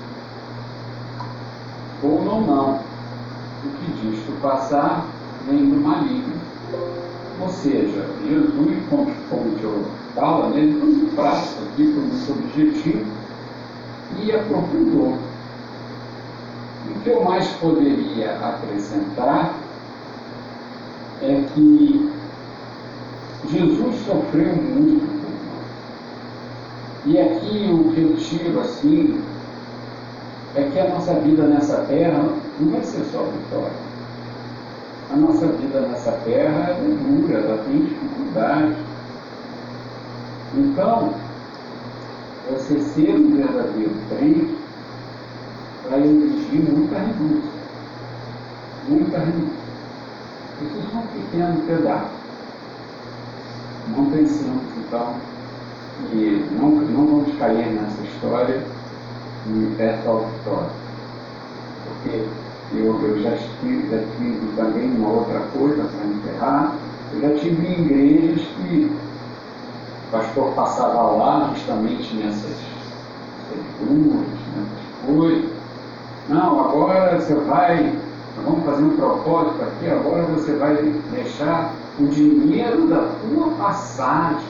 ou não, o que diz tu passar vem do maligno. Ou seja, Jesus, como o senhor fala, né, ele foi muito prático aqui, foi muito objetivo e aprofundou. O que eu mais poderia acrescentar é que Jesus sofreu muito por nós. E aqui o que eu tiro assim é que a nossa vida nessa terra não vai ser só vitória. A nossa vida nessa terra é dura, ela tem dificuldade. Então, você ser um verdadeiro crente vai exigir muita renúncia. Muita renúncia. Esses são pequenos pedaços. Não pensamos, então, que não vamos cair nessa história e essa vitória. Porque eu já tive também uma outra coisa para encerrar. Eu já tive em igrejas que o pastor passava lá justamente nessas duas, nessas coisas. Não, agora você vai, vamos fazer um propósito aqui, agora você vai deixar o dinheiro da tua passagem.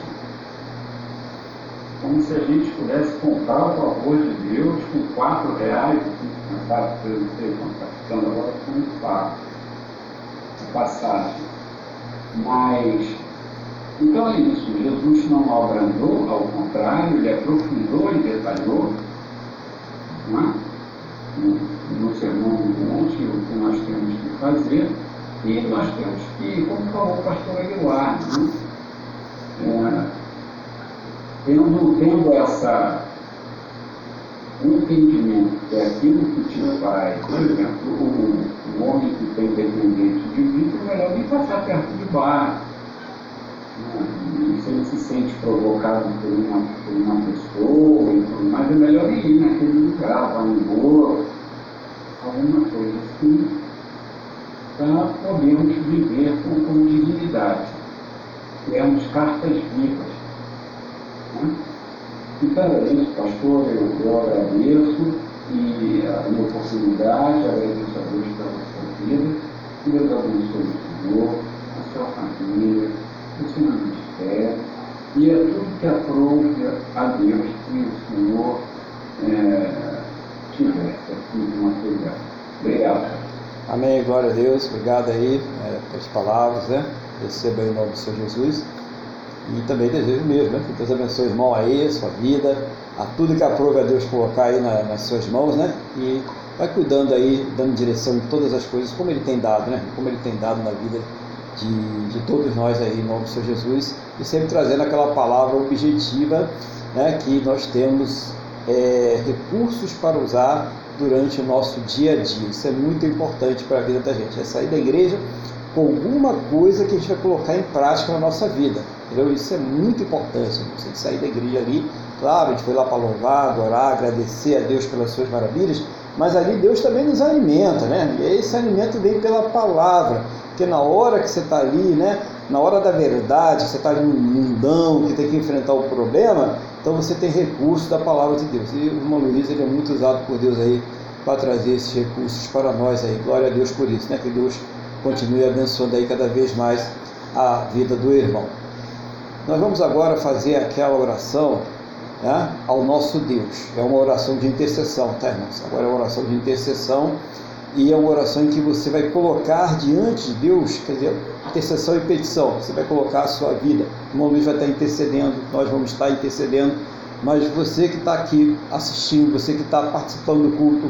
Como se a gente pudesse comprar o favor de Deus com R$4, eu não sei quanto está ficando agora, com muito pago a passagem. Mas, então é isso, Jesus não abrandou, ao contrário, ele aprofundou e detalhou, não é? No Sermão do Monte, o que nós temos que fazer, e nós temos que, como falou o pastor Aguilar, né? Tendo essa entendimento que é aquilo que te faz, por exemplo, o homem que tem dependente de vidro, é melhor nem passar perto de bar. Se ele se sente provocado por uma pessoa, mas é melhor ir naquele lugar, para um bolo, alguma coisa assim, para podermos viver com dignidade. Termos cartas vivas. Então é isso, pastor, eu agradeço e a minha oportunidade, agradeço a Deus pela sua vida, que Deus abençoe o Senhor, a sua família, o seu ministério, e a tudo que aprove a Deus que o Senhor tivesse aqui de material. Obrigado. Amém, glória a Deus, obrigado aí pelas palavras, né? Receba em nome do Senhor Jesus. E também desejo mesmo, né? Que Deus abençoe o irmão aí, a sua vida, a tudo que aprove a Deus colocar aí nas suas mãos, né? E vai cuidando aí, dando direção em todas as coisas, como Ele tem dado, né? Como Ele tem dado na vida de todos nós aí, em nome do Senhor Jesus, e sempre trazendo aquela palavra objetiva, né? Que nós temos recursos para usar durante o nosso dia a dia. Isso é muito importante para a vida da gente, é sair da igreja com alguma coisa que a gente vai colocar em prática na nossa vida, entendeu? Isso é muito importante, você sair da igreja ali, claro, a gente foi lá para louvar, adorar, agradecer a Deus pelas suas maravilhas, mas ali Deus também nos alimenta, né? E esse alimento vem pela palavra, porque na hora que você está ali, né? Na hora da verdade, você está ali no mundão, que tem que enfrentar o problema, então você tem recurso da palavra de Deus. E o irmão Luiz, ele é muito usado por Deus aí para trazer esses recursos para nós aí. Glória a Deus por isso, né? Que Deus continue abençoando aí cada vez mais a vida do irmão. Nós vamos agora fazer aquela oração, né, ao nosso Deus. É uma oração de intercessão, tá, irmãos? Agora é uma oração de intercessão e é uma oração em que você vai colocar diante de Deus, quer dizer, intercessão e petição. Você vai colocar a sua vida. O irmão Luiz vai estar intercedendo, nós vamos estar intercedendo, mas você que está aqui assistindo, você que está participando do culto,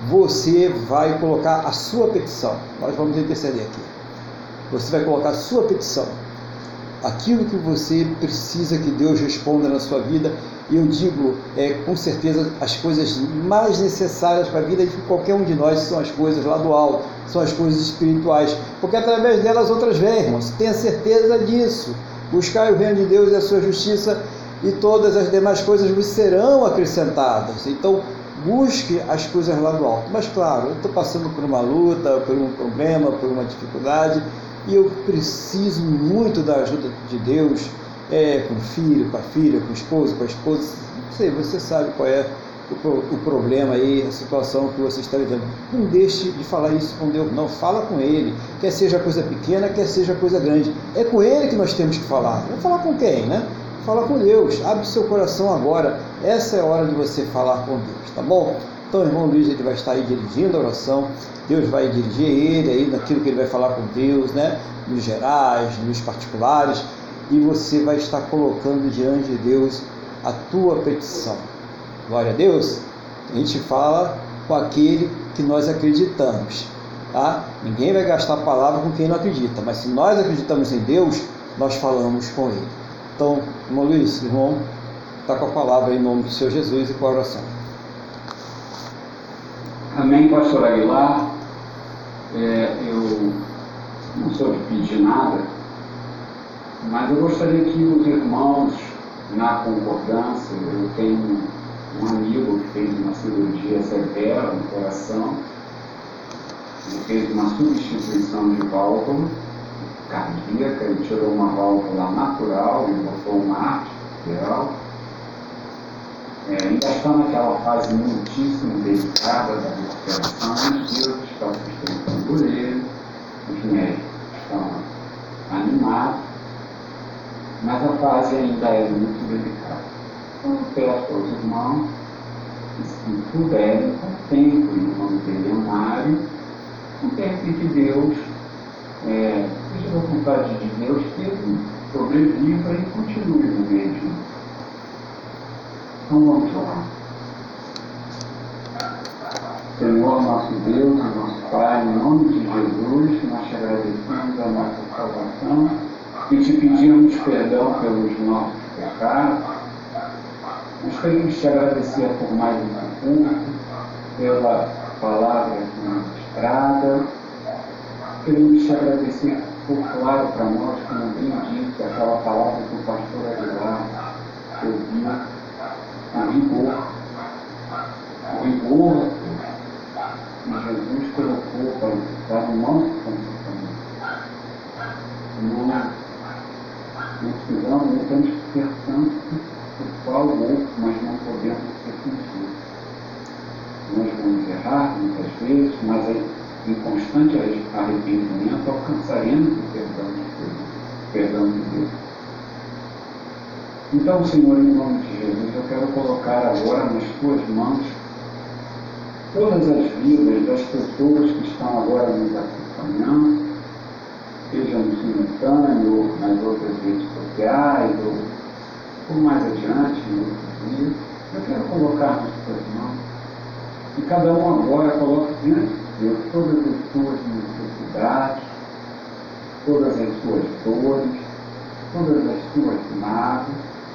você vai colocar a sua petição. Nós vamos interceder aqui. Você vai colocar a sua petição, aquilo que você precisa que Deus responda na sua vida. E eu digo, com certeza, as coisas mais necessárias para a vida de qualquer um de nós são as coisas lá do alto, são as coisas espirituais, porque através delas outras vêm, irmãos. Tenha certeza disso. Buscai o reino de Deus e a sua justiça, e todas as demais coisas vos serão acrescentadas. Então, busque as coisas lá do alto. Mas claro, eu estou passando por uma luta, por um problema, por uma dificuldade, e eu preciso muito da ajuda de Deus, com o filho, com a filha, com o esposo, com a esposa. Não sei, você sabe qual é o problema aí, a situação que você está vivendo. Não deixe de falar isso com Deus, não. Fala com Ele, quer seja coisa pequena, quer seja coisa grande. É com Ele que nós temos que falar. Vamos falar com quem, né? Fala com Deus. Abre o seu coração agora. Essa é a hora de você falar com Deus, tá bom? Então o irmão Luiz, ele vai estar aí dirigindo a oração. Deus vai dirigir ele aí naquilo que ele vai falar com Deus, né? Nos gerais, nos particulares. E você vai estar colocando diante de Deus a tua petição. Glória a Deus. A gente fala com aquele que nós acreditamos, tá? Ninguém vai gastar a palavra com quem não acredita, mas se nós acreditamos em Deus, nós falamos com Ele. Então, irmão Luiz, irmão, está com a palavra em nome do Senhor Jesus e com a oração. Amém, pastor Aguilar. Eu não sou de pedir nada, mas eu gostaria que os irmãos, na concordância, eu tenho um amigo que fez uma cirurgia severa no coração, ele fez uma substituição de válvula cardíaca, ele tirou uma válvula natural e botou uma artificial. Ainda está naquela fase muitíssimo delicada da recuperação, mas Deus está sustentando ele, os médicos estão animados, mas a fase ainda é muito delicada. Então eu peço aos irmãos que, se puderem, contemplem o nome dele, Mário, contemplem que Deus, seja da vontade de Deus, que ele sobreviva e continue no mesmo. Então vamos lá. Senhor, nosso Deus e nosso Pai, em nome de Jesus, nós te agradecemos a nossa salvação e te pedimos perdão pelos nossos pecados. Nós queremos te agradecer por mais um culto, pela palavra ministrada. Queremos te agradecer por claro para nós, como bem dito, aquela palavra que o pastor Aguilar ouviu. O rigor que Jesus colocou para estar no nosso comportamento. Nós precisamos, nós temos que ser santos por qual o outro, mas não podemos ser sentidos. Nós vamos errar muitas vezes, mas em constante arrependimento alcançaremos o perdão de Deus. Então, Senhor, em nome de Jesus, eu quero colocar agora nas tuas mãos todas as vidas das pessoas que estão agora nos acompanhando, seja no simultâneo, ou nas outras redes sociais, ou mais adiante, no outro dia. Eu quero colocar nas tuas mãos, e cada um agora coloque diante de Deus todas as suas necessidades, todas as suas dores, todas as suas mágoas.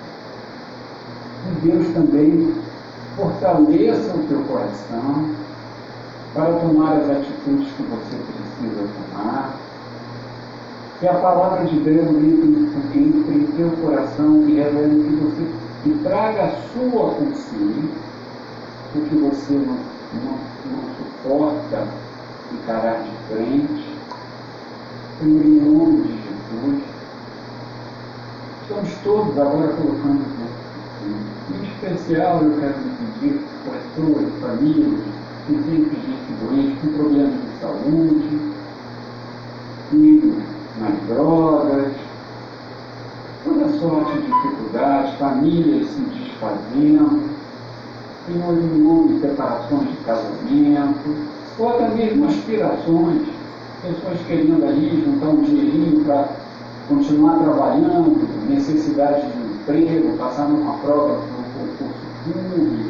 E Deus também fortaleça o teu coração para tomar as atitudes que você precisa tomar. Que a palavra de Deus entre em teu coração e revele que você e traga a sua consciência, o que você não suporta encarar de frente. Em nome de Jesus, estamos todos agora colocando em especial eu quero me pedir pessoas, famílias, que têm gente doente, com problemas de saúde, filhos nas drogas, toda sorte de dificuldades, famílias se desfazendo, Senhor, em nome de separações de casamento, ou até mesmo aspirações, pessoas querendo ali juntar um dinheirinho para continuar trabalhando, necessidade de emprego, passar numa prova para um concurso público,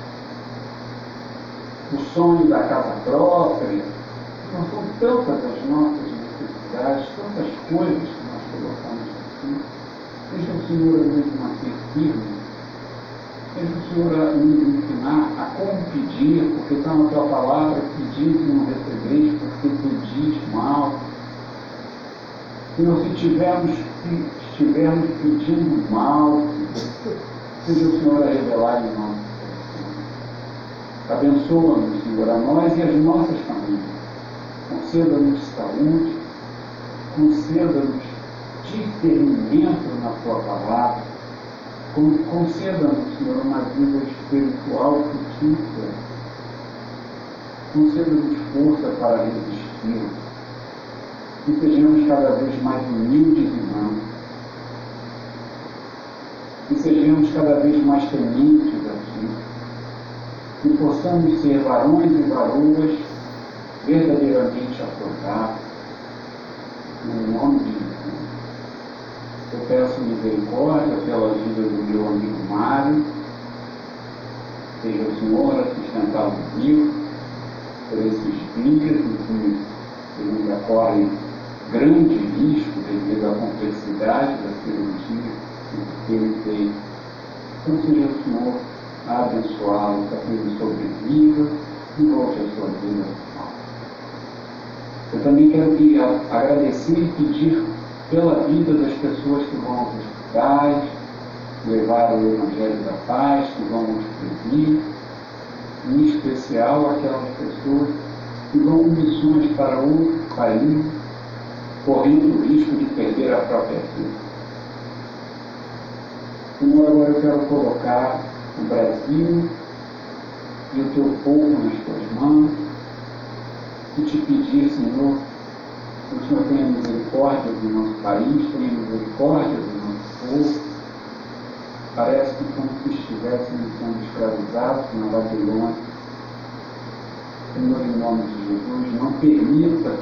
o sonho da casa própria. Não são tantas as nossas necessidades, tantas coisas que nós colocamos aqui. Deixa o Senhor nos manter firmes. Deixa o Senhor nos ensinar a como pedir, porque está na tua palavra, pedir e não recebeis, porque pedis mal. Senhor, se estivermos pedindo mal, seja o Senhor a revelar em nós. Abençoa-nos, Senhor, a nós e as nossas famílias. Conceda-nos saúde, conceda-nos discernimento na tua palavra, conceda-nos, Senhor, uma vida espiritual frutífera, conceda-nos força para resistir, que sejamos cada vez mais humildes e mansos, que sejamos cada vez mais tementes a Ti, que possamos ser varões e varoas verdadeiramente aprovados, no nome de Jesus. Eu peço misericórdia pela vida do meu amigo Mário, seja o Senhor a sustentá-lo comigo por esses dias em que ele ainda corre grande risco devido à complexidade da cirurgia que ele fez. Então seja o Senhor a abençoá-lo para que ele sobreviva e volte à sua vida normal. Eu também quero agradecer e pedir pela vida das pessoas que vão aos hospitais, levar o Evangelho da Paz, que vão aos presídios, em especial aquelas pessoas que vão em missões para outros países, correndo o risco de perder a própria vida. Senhor, agora eu quero colocar o Brasil e o teu povo nas tuas mãos e te pedir, Senhor, que o Senhor tenha misericórdia do nosso país, tenha misericórdia do nosso povo. Parece que como se estivéssemos sendo escravizados na Babilônia. Senhor, em nome de Jesus, não permita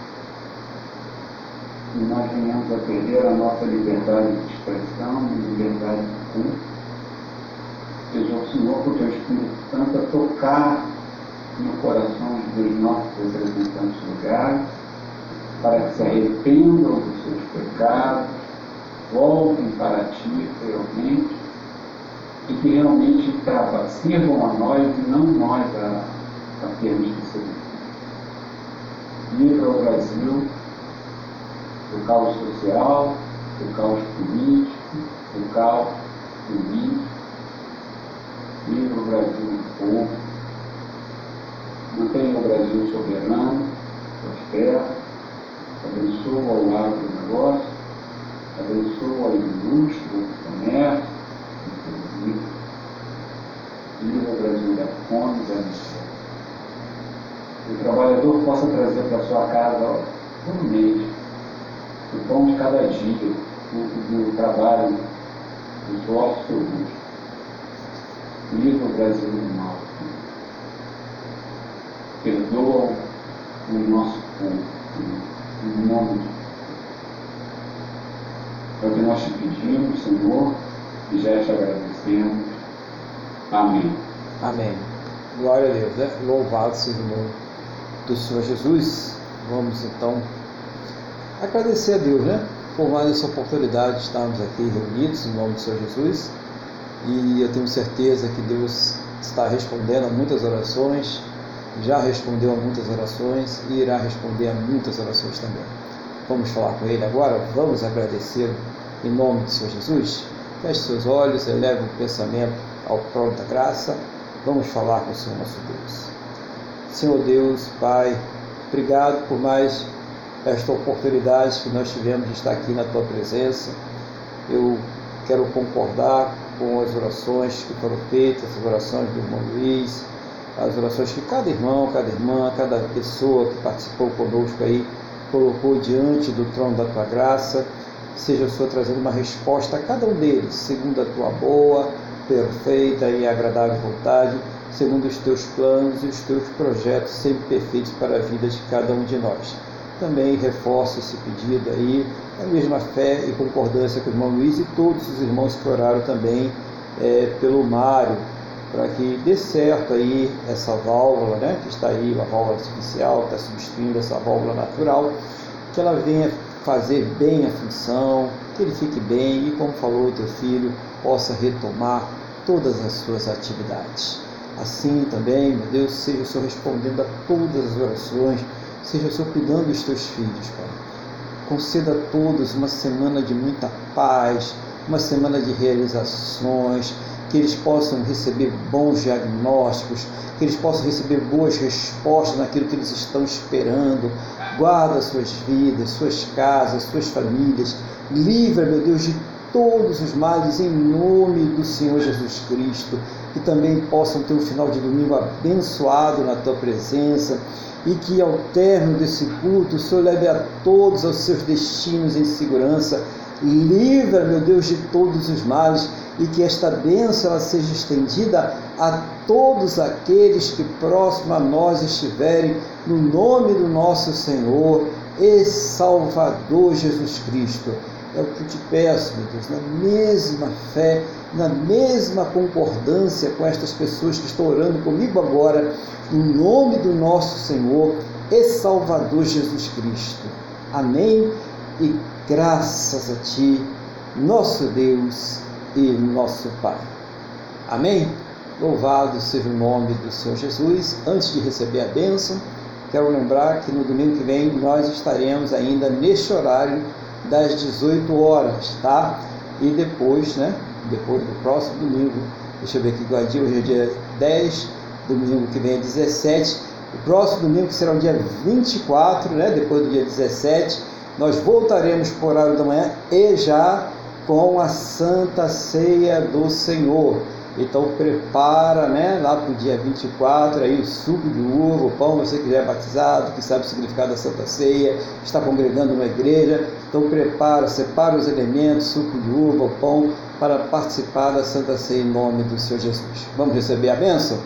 que nós venhamos a perder a nossa liberdade de expressão e liberdade de culto. Seja o Senhor, com o teu Espírito Santo, a tocar no coração dos nossos representantes legais, para que se arrependam dos seus pecados, voltem para ti realmente, e que realmente sirvam a nós e não nós a termos que servir. Livra o Brasil do caos social, do caos político, do caos jurídico. Livra o Brasil do povo. Mantenha o Brasil soberano, prospera. Abençoa o agronegócio, abençoa a indústria, o comércio, o serviço. Livra o Brasil da fome e da miséria. O trabalhador possa trazer para sua casa por mês o pão de cada dia, do trabalho, do suor do seu rosto. Livra o Brasil do mal. Perdoa o nosso povo. Em nome de Jesus. É o que nós te pedimos, Senhor, e já te agradecemos. Amém. Amém. Glória a Deus, né? Louvado seja o nome do Senhor Jesus. Vamos então agradecer a Deus, né? Por mais essa oportunidade de estarmos aqui reunidos em nome do Senhor Jesus. E eu tenho certeza que Deus está respondendo a muitas orações, já respondeu a muitas orações e irá responder a muitas orações também. Vamos falar com Ele agora? Vamos agradecê-lo em nome do Senhor Jesus? Feche seus olhos, eleve o pensamento ao trono da graça. Vamos falar com o Senhor nosso Deus. Senhor Deus, Pai, obrigado por mais esta oportunidade que nós tivemos de estar aqui na Tua presença. Eu quero concordar com as orações que foram feitas, as orações do irmão Luiz, as orações que cada irmão, cada irmã, cada pessoa que participou conosco aí, colocou diante do trono da Tua graça. Seja o Senhor trazendo uma resposta a cada um deles, segundo a Tua boa, perfeita e agradável vontade, segundo os Teus planos e os Teus projetos sempre perfeitos para a vida de cada um de nós. Também reforço esse pedido aí, a mesma fé e concordância com o irmão Luiz e todos os irmãos que oraram também pelo Mário, para que dê certo aí essa válvula, né, que está aí, uma válvula artificial, que está substituindo essa válvula natural, que ela venha fazer bem a função, que ele fique bem e, como falou o teu filho, possa retomar todas as suas atividades. Assim também, meu Deus, seja o Senhor respondendo a todas as orações, seja o Senhor cuidando dos teus filhos, Pai. Conceda a todos uma semana de muita paz, uma semana de realizações, que eles possam receber bons diagnósticos, que eles possam receber boas respostas naquilo que eles estão esperando. Guarda suas vidas, suas casas, suas famílias. Livra, meu Deus, de todos os males em nome do Senhor Jesus Cristo. Que também possam ter um final de domingo abençoado na Tua presença. E que ao término desse culto o Senhor leve a todos aos seus destinos em segurança. Livra, meu Deus, de todos os males, e que esta bênção ela seja estendida a todos aqueles que próximo a nós estiverem, no nome do nosso Senhor e Salvador Jesus Cristo. É o que eu te peço, meu Deus, na mesma fé, na mesma concordância com estas pessoas que estão orando comigo agora, em nome do nosso Senhor e Salvador Jesus Cristo. Amém? E graças a Ti, nosso Deus e nosso Pai. Amém? Louvado seja o nome do Senhor Jesus. Antes de receber a bênção, quero lembrar que no domingo que vem nós estaremos ainda neste horário das 18 horas, tá? E depois, né? Depois do próximo domingo, deixa eu ver aqui, guardinha, hoje é dia 10, domingo que vem é 17, o próximo domingo que será o dia 24, né? Depois do dia 17, nós voltaremos por horário da manhã e já com a Santa Ceia do Senhor. Então prepara, né, lá para o dia 24, aí o suco de uva, o pão, você que já é batizado, que sabe o significado da Santa Ceia, está congregando na igreja, então prepara, separa os elementos, suco de uva, o pão, para participar da Santa Ceia em nome do Senhor Jesus. Vamos receber a bênção?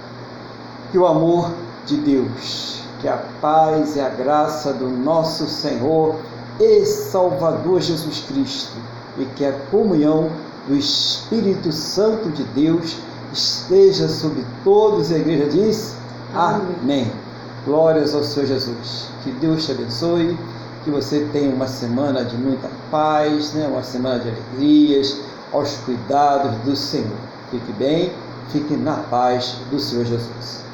Que o amor de Deus, que a paz e a graça do nosso Senhor e Salvador Jesus Cristo, e que a comunhão do Espírito Santo de Deus esteja sobre todos. A igreja diz amém. Glórias ao Senhor Jesus. Que Deus te abençoe, que você tenha uma semana de muita paz, né? Uma semana de alegrias, aos cuidados do Senhor. Fique bem, fique na paz do Senhor Jesus.